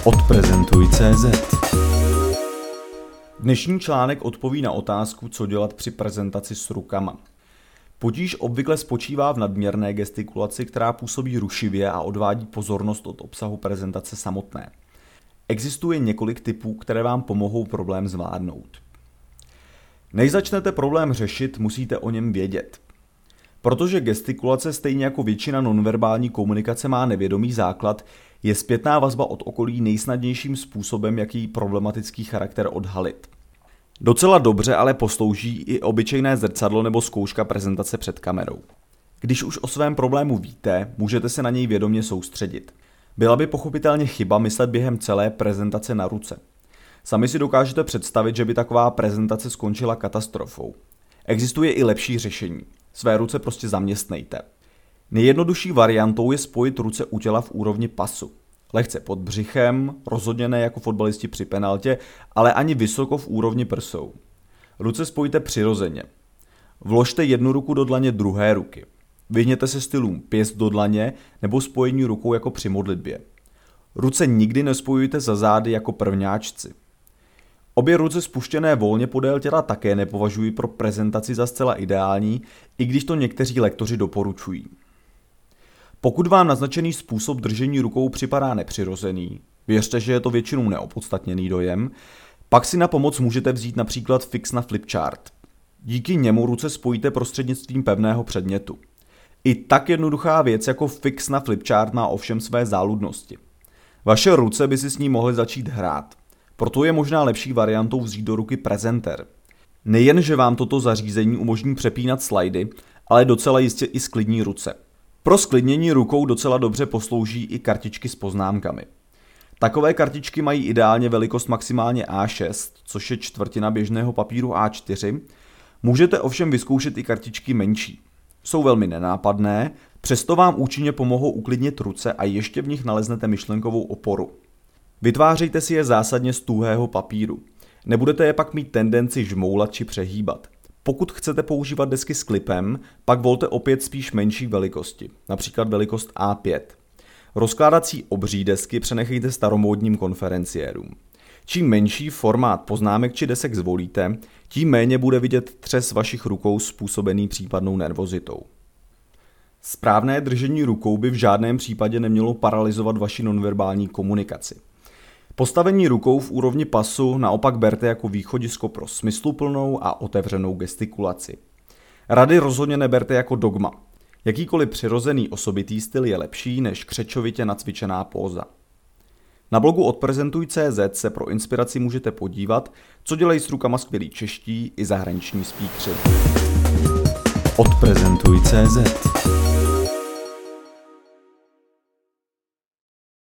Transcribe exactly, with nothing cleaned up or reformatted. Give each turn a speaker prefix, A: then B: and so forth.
A: Odprezentuj tečka cé zet. Dnešní článek odpoví na otázku, co dělat při prezentaci s rukama. Potíž obvykle spočívá v nadměrné gestikulaci, která působí rušivě a odvádí pozornost od obsahu prezentace samotné. Existuje několik typů, které vám pomohou problém zvládnout. Než začnete problém řešit, musíte o něm vědět. Protože gestikulace stejně jako většina nonverbální komunikace má nevědomý základ, je zpětná vazba od okolí nejsnadnějším způsobem, jaký problematický charakter odhalit. Docela dobře ale poslouží i obyčejné zrcadlo nebo zkouška prezentace před kamerou. Když už o svém problému víte, můžete se na něj vědomě soustředit. Byla by pochopitelně chyba myslet během celé prezentace na ruce. Sami si dokážete představit, že by taková prezentace skončila katastrofou. Existuje i lepší řešení. Své ruce prostě zaměstnejte. Nejjednodušší variantou je spojit ruce u těla v úrovni pasu. Lehce pod břichem, rozhodně ne jako fotbalisti při penaltě, ale ani vysoko v úrovni prsou. Ruce spojte přirozeně. Vložte jednu ruku do dlaně druhé ruky. Vyhněte se stylům pěst do dlaně nebo spojení rukou jako při modlitbě. Ruce nikdy nespojujte za zády jako prvňáčci. Obě ruce spuštěné volně podél těla také nepovažuji pro prezentaci za zcela ideální, i když to někteří lektoři doporučují. Pokud vám naznačený způsob držení rukou připadá nepřirozený, věřte, že je to většinou neopodstatněný dojem, pak si na pomoc můžete vzít například fix na flipchart. Díky němu ruce spojíte prostřednictvím pevného předmětu. I tak jednoduchá věc jako fix na flipchart má ovšem své záludnosti. Vaše ruce by si s ní mohly začít hrát. Proto je možná lepší variantou vzít do ruky prezentér. Nejen, že vám toto zařízení umožní přepínat slajdy, ale docela jistě i sklidní ruce. Pro sklidnění rukou docela dobře poslouží i kartičky s poznámkami. Takové kartičky mají ideálně velikost maximálně á šest, což je čtvrtina běžného papíru á čtyři. Můžete ovšem vyzkoušet i kartičky menší. Jsou velmi nenápadné, přesto vám účinně pomohou uklidnit ruce a ještě v nich naleznete myšlenkovou oporu. Vytvářejte si je zásadně z tuhého papíru. Nebudete je pak mít tendenci žmoulat či přehýbat. Pokud chcete používat desky s klipem, pak volte opět spíš menší velikosti, například velikost á pět. Rozkládací obří desky přenechejte staromódním konferenciérům. Čím menší formát poznámek či desek zvolíte, tím méně bude vidět třes vašich rukou způsobený případnou nervozitou. Správné držení rukou by v žádném případě nemělo paralyzovat vaši nonverbální komunikaci. Postavení rukou v úrovni pasu naopak berte jako východisko pro smysluplnou a otevřenou gestikulaci. Rady rozhodně neberte jako dogma. Jakýkoliv přirozený osobitý styl je lepší než křečovitě nacvičená póza. Na blogu odprezentuj tečka cé zet se pro inspiraci můžete podívat, co dělají s rukama skvělí čeští i zahraniční speakeři. Odprezentuj tečka cé zet